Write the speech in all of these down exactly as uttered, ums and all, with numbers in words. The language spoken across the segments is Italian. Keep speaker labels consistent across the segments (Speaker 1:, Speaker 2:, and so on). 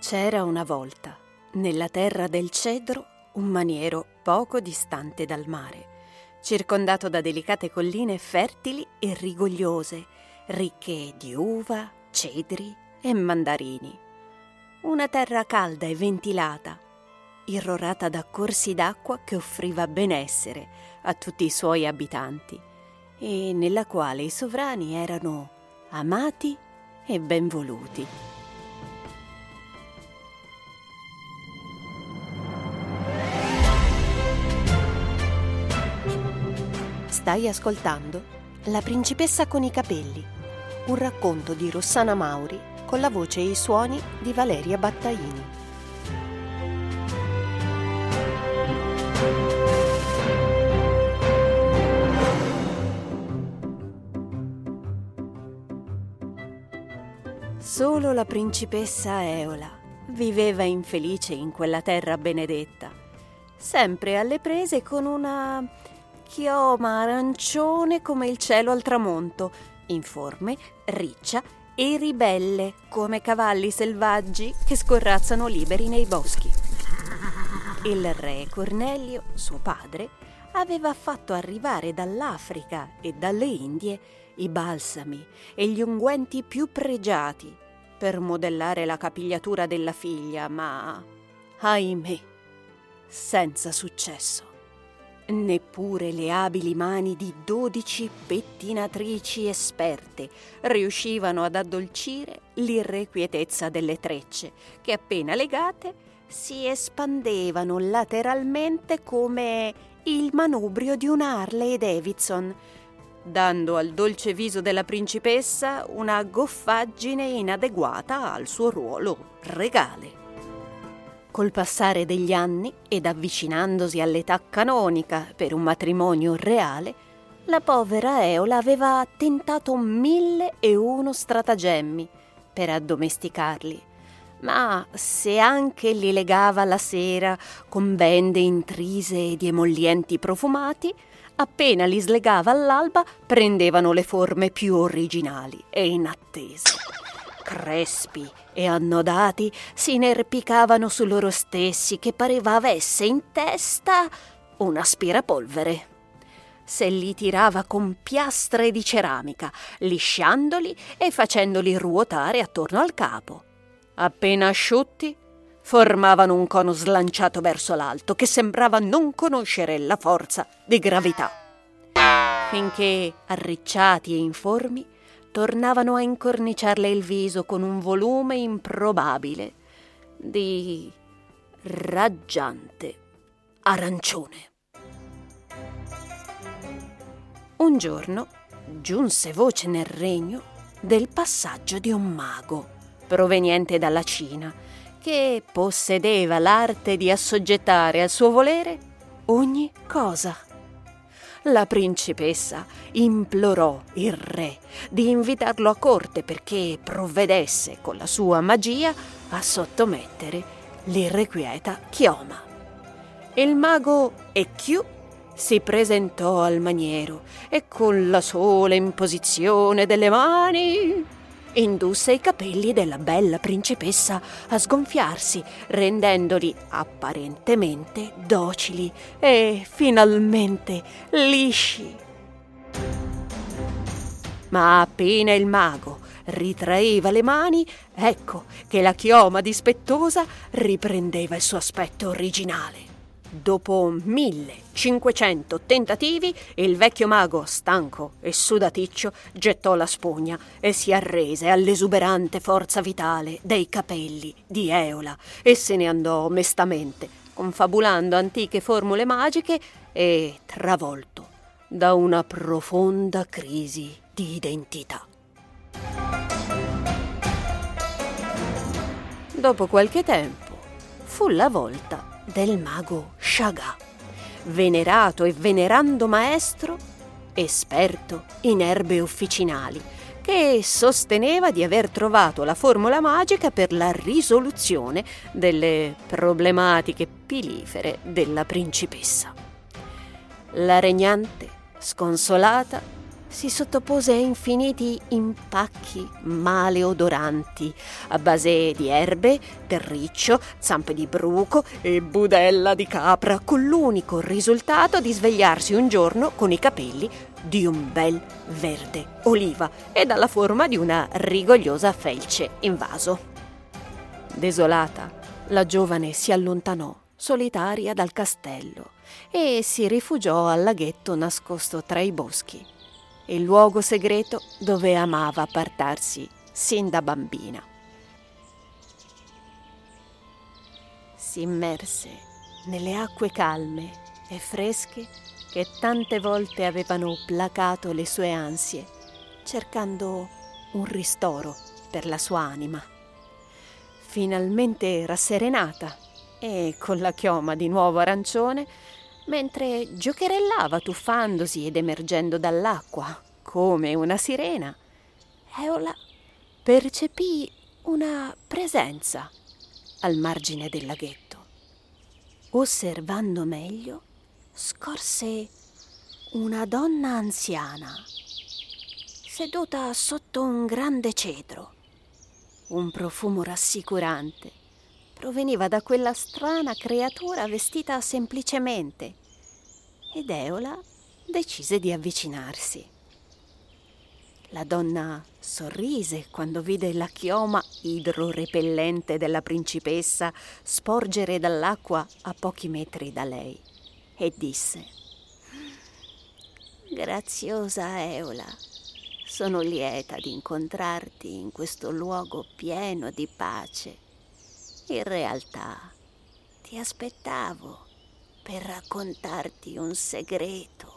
Speaker 1: C'era una volta, nella terra del cedro, un maniero poco distante dal mare, circondato da delicate colline fertili e rigogliose, ricche di uva, cedri e mandarini. Una terra calda e ventilata, irrorata da corsi d'acqua che offriva benessere a tutti i suoi abitanti e nella quale i sovrani erano amati e ben voluti. Stai ascoltando La principessa con i capelli, un racconto di Rossana Mauri con la voce e i suoni di Valeria Battaini. Solo la principessa Eola viveva infelice in quella terra benedetta, sempre alle prese con una chioma arancione come il cielo al tramonto, informe, riccia e ribelle come cavalli selvaggi che scorrazzano liberi nei boschi. Il re Cornelio, suo padre, aveva fatto arrivare dall'Africa e dalle Indie i balsami e gli unguenti più pregiati per modellare la capigliatura della figlia, ma, ahimè, senza successo. Neppure le abili mani di dodici pettinatrici esperte riuscivano ad addolcire l'irrequietezza delle trecce, che appena legate si espandevano lateralmente come il manubrio di una Harley Davidson, dando al dolce viso della principessa una goffaggine inadeguata al suo ruolo regale. Col passare degli anni ed avvicinandosi all'età canonica per un matrimonio reale, la povera Eola aveva tentato mille e uno stratagemmi per addomesticarli, ma se anche li legava la sera con bende intrise di emollienti profumati, appena li slegava all'alba prendevano le forme più originali e inattese. Crespi e annodati si inerpicavano su loro stessi, che pareva avesse in testa un aspirapolvere. Se li tirava con piastre di ceramica, lisciandoli e facendoli ruotare attorno al capo. Appena asciutti, formavano un cono slanciato verso l'alto che sembrava non conoscere la forza di gravità, finché, arricciati e informi, tornavano a incorniciarle il viso con un volume improbabile di raggiante arancione. Un giorno giunse voce nel regno del passaggio di un mago proveniente dalla Cina, che possedeva l'arte di assoggettare al suo volere ogni cosa. La principessa implorò il re di invitarlo a corte perché provvedesse con la sua magia a sottomettere l'irrequieta chioma. Il mago Ecchiù si presentò al maniero e con la sola imposizione delle mani indusse i capelli della bella principessa a sgonfiarsi, rendendoli apparentemente docili e finalmente lisci. Ma appena il mago ritraeva le mani, ecco che la chioma dispettosa riprendeva il suo aspetto originale. Dopo millecinquecento tentativi, il vecchio mago, stanco e sudaticcio, gettò la spugna e si arrese all'esuberante forza vitale dei capelli di Eola e se ne andò mestamente, confabulando antiche formule magiche e travolto da una profonda crisi di identità. Dopo qualche tempo, fu la volta del mago Shagà, venerato e venerando maestro, esperto in erbe officinali, che sosteneva di aver trovato la formula magica per la risoluzione delle problematiche pilifere della principessa. La regnante, sconsolata, si sottopose a infiniti impacchi maleodoranti a base di erbe, terriccio, zampe di bruco e budella di capra, con l'unico risultato di svegliarsi un giorno con i capelli di un bel verde oliva e dalla forma di una rigogliosa felce in vaso. Desolata, la giovane si allontanò solitaria dal castello e si rifugiò al laghetto nascosto tra i boschi, il luogo segreto dove amava appartarsi sin da bambina. Si immerse nelle acque calme e fresche che tante volte avevano placato le sue ansie, cercando un ristoro per la sua anima. Finalmente rasserenata e con la chioma di nuovo arancione, mentre giocherellava tuffandosi ed emergendo dall'acqua come una sirena, Eola percepì una presenza al margine del laghetto. Osservando meglio, scorse una donna anziana seduta sotto un grande cedro. Un profumo rassicurante proveniva da quella strana creatura vestita semplicemente ed Eola decise di avvicinarsi. La donna sorrise quando vide la chioma idrorepellente della principessa sporgere dall'acqua a pochi metri da lei e disse: «Graziosa Eola, sono lieta di incontrarti in questo luogo pieno di pace. In realtà ti aspettavo per raccontarti un segreto».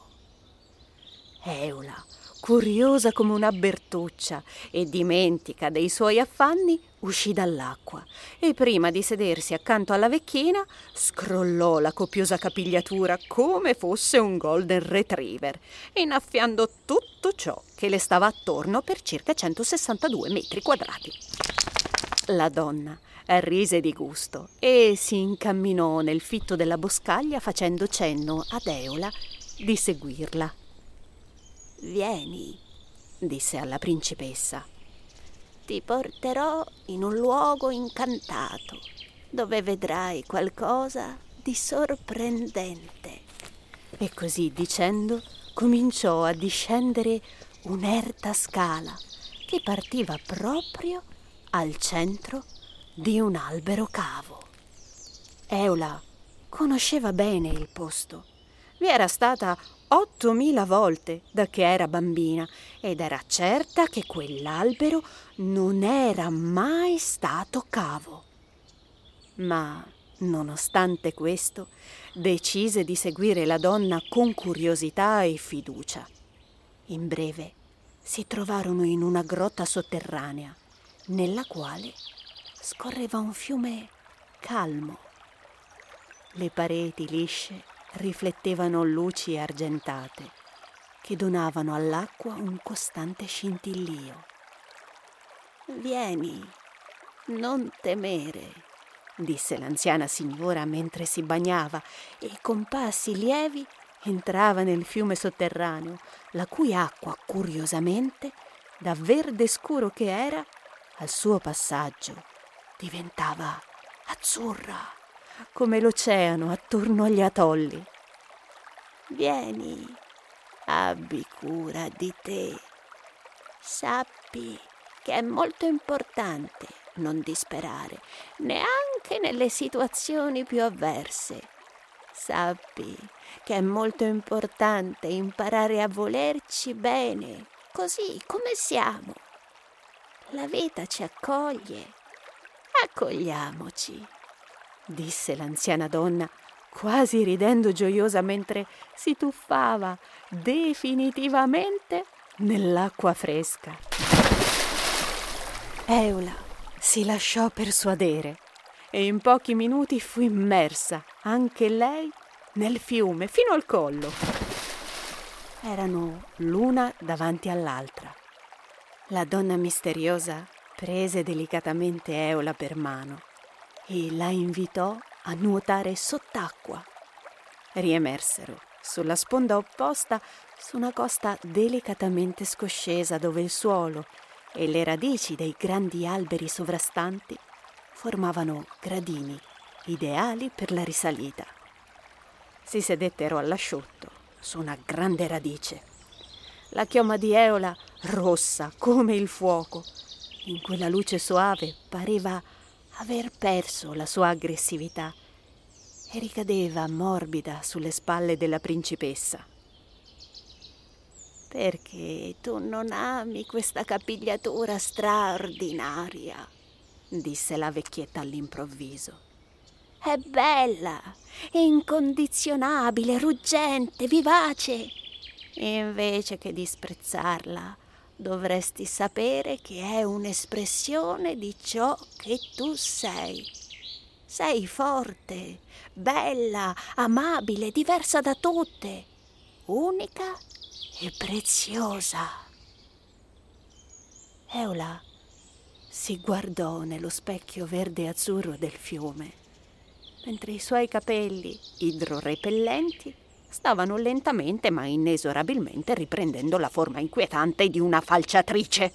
Speaker 1: Eola, curiosa come una bertuccia e dimentica dei suoi affanni, uscì dall'acqua e prima di sedersi accanto alla vecchina scrollò la copiosa capigliatura come fosse un golden retriever, innaffiando tutto ciò che le stava attorno per circa centosessantadue metri quadrati. La donna rise di gusto e si incamminò nel fitto della boscaglia facendo cenno ad Eola di seguirla. «Vieni», disse alla principessa, «ti porterò in un luogo incantato dove vedrai qualcosa di sorprendente». E così dicendo cominciò a discendere un'erta scala che partiva proprio al centro di un albero cavo. Eola conosceva bene il posto. Vi era stata ottomila volte da che era bambina ed era certa che quell'albero non era mai stato cavo. Ma, nonostante questo, decise di seguire la donna con curiosità e fiducia. In breve si trovarono in una grotta sotterranea, nella quale scorreva un fiume calmo. Le pareti lisce riflettevano luci argentate che donavano all'acqua un costante scintillio. «Vieni, non temere», disse l'anziana signora mentre si bagnava e con passi lievi entrava nel fiume sotterraneo, la cui acqua, curiosamente, da verde scuro che era, al suo passaggio diventava azzurra come l'oceano attorno agli atolli. «Vieni, abbi cura di te. Sappi che è molto importante non disperare, neanche nelle situazioni più avverse. Sappi che è molto importante imparare a volerci bene, così come siamo. La vita ci accoglie. Accogliamoci», disse l'anziana donna, quasi ridendo gioiosa mentre si tuffava definitivamente nell'acqua fresca. Eola si lasciò persuadere e in pochi minuti fu immersa anche lei nel fiume fino al collo. Erano l'una davanti all'altra. La donna misteriosa prese delicatamente Eola per mano e la invitò a nuotare sott'acqua. Riemersero Sulla sponda opposta, su una costa delicatamente scoscesa dove il suolo e le radici dei grandi alberi sovrastanti formavano gradini ideali per la risalita. Si sedettero all'asciutto su una grande radice. La chioma di Eola, rossa come il fuoco, in quella luce soave pareva aver perso la sua aggressività e ricadeva morbida sulle spalle della principessa. «Perché tu non ami questa capigliatura straordinaria?» disse la vecchietta all'improvviso. «È bella, è incondizionabile, ruggente, vivace. Invece che disprezzarla, dovresti sapere che è un'espressione di ciò che tu sei. Sei forte, bella, amabile, diversa da tutte, unica e preziosa». Eola si guardò nello specchio verde e azzurro del fiume, mentre i suoi capelli, idrorepellenti, stavano lentamente ma inesorabilmente riprendendo la forma inquietante di una falciatrice.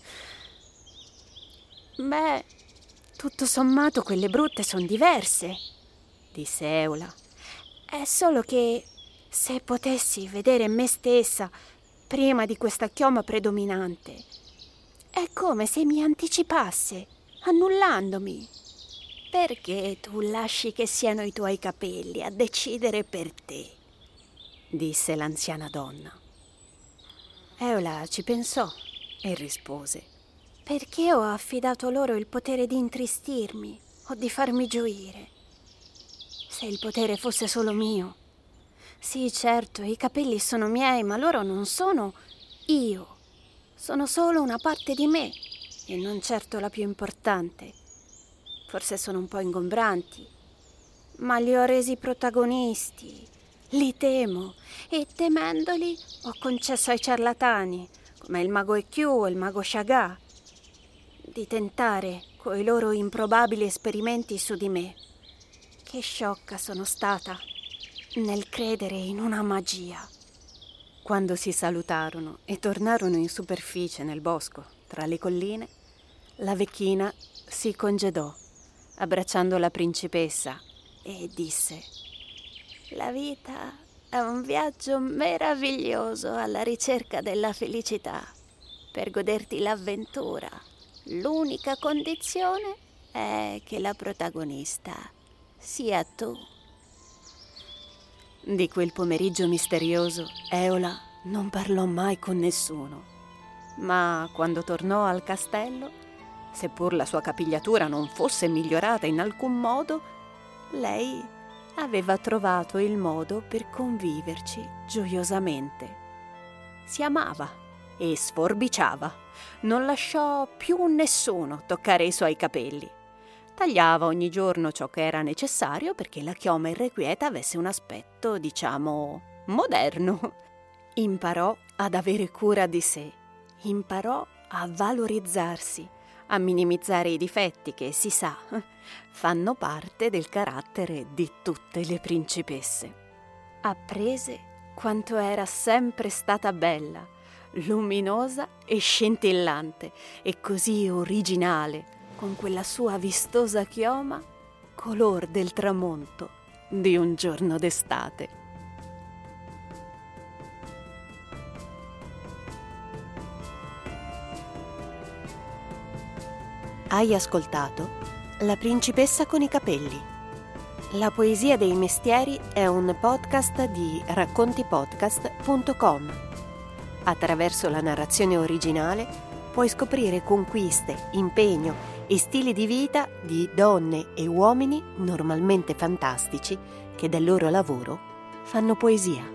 Speaker 1: «Beh, tutto sommato quelle brutte son diverse», disse Eola. «È solo che se potessi vedere me stessa prima di questa chioma predominante, è come se mi anticipasse, annullandomi. Perché tu lasci che siano i tuoi capelli a decidere per te?» disse l'anziana donna. Eola ci pensò e rispose: «Perché ho affidato loro il potere di intristirmi o di farmi gioire? Se il potere fosse solo mio. Sì, certo, i capelli sono miei, ma loro non sono io. Sono solo una parte di me e non certo la più importante. Forse sono un po' ingombranti, ma li ho resi protagonisti. Li temo e temendoli ho concesso ai ciarlatani, come il mago E Q o il mago Shagà, di tentare coi loro improbabili esperimenti su di me. Che sciocca sono stata nel credere in una magia». Quando si salutarono e tornarono in superficie nel bosco, tra le colline, la vecchina si congedò, abbracciando la principessa, e disse: «La vita è un viaggio meraviglioso alla ricerca della felicità. Per goderti l'avventura, l'unica condizione è che la protagonista sia tu». Di quel pomeriggio misterioso Eola non parlò mai con nessuno, ma quando tornò al castello, seppur la sua capigliatura non fosse migliorata in alcun modo, lei aveva trovato il modo per conviverci gioiosamente. Si amava e sforbiciava, non lasciò più nessuno toccare i suoi capelli. Tagliava ogni giorno ciò che era necessario perché la chioma irrequieta avesse un aspetto, diciamo, moderno. Imparò ad avere cura di sé, imparò a valorizzarsi, a minimizzare i difetti che, si sa, fanno parte del carattere di tutte le principesse. Apprese quanto era sempre stata bella, luminosa e scintillante e così originale, con quella sua vistosa chioma color del tramonto di un giorno d'estate. Hai ascoltato La principessa con i capelli. La poesia dei mestieri è un podcast di racconti podcast punto com. Attraverso la narrazione originale puoi scoprire conquiste, impegno e stili di vita di donne e uomini normalmente fantastici che del loro lavoro fanno poesia.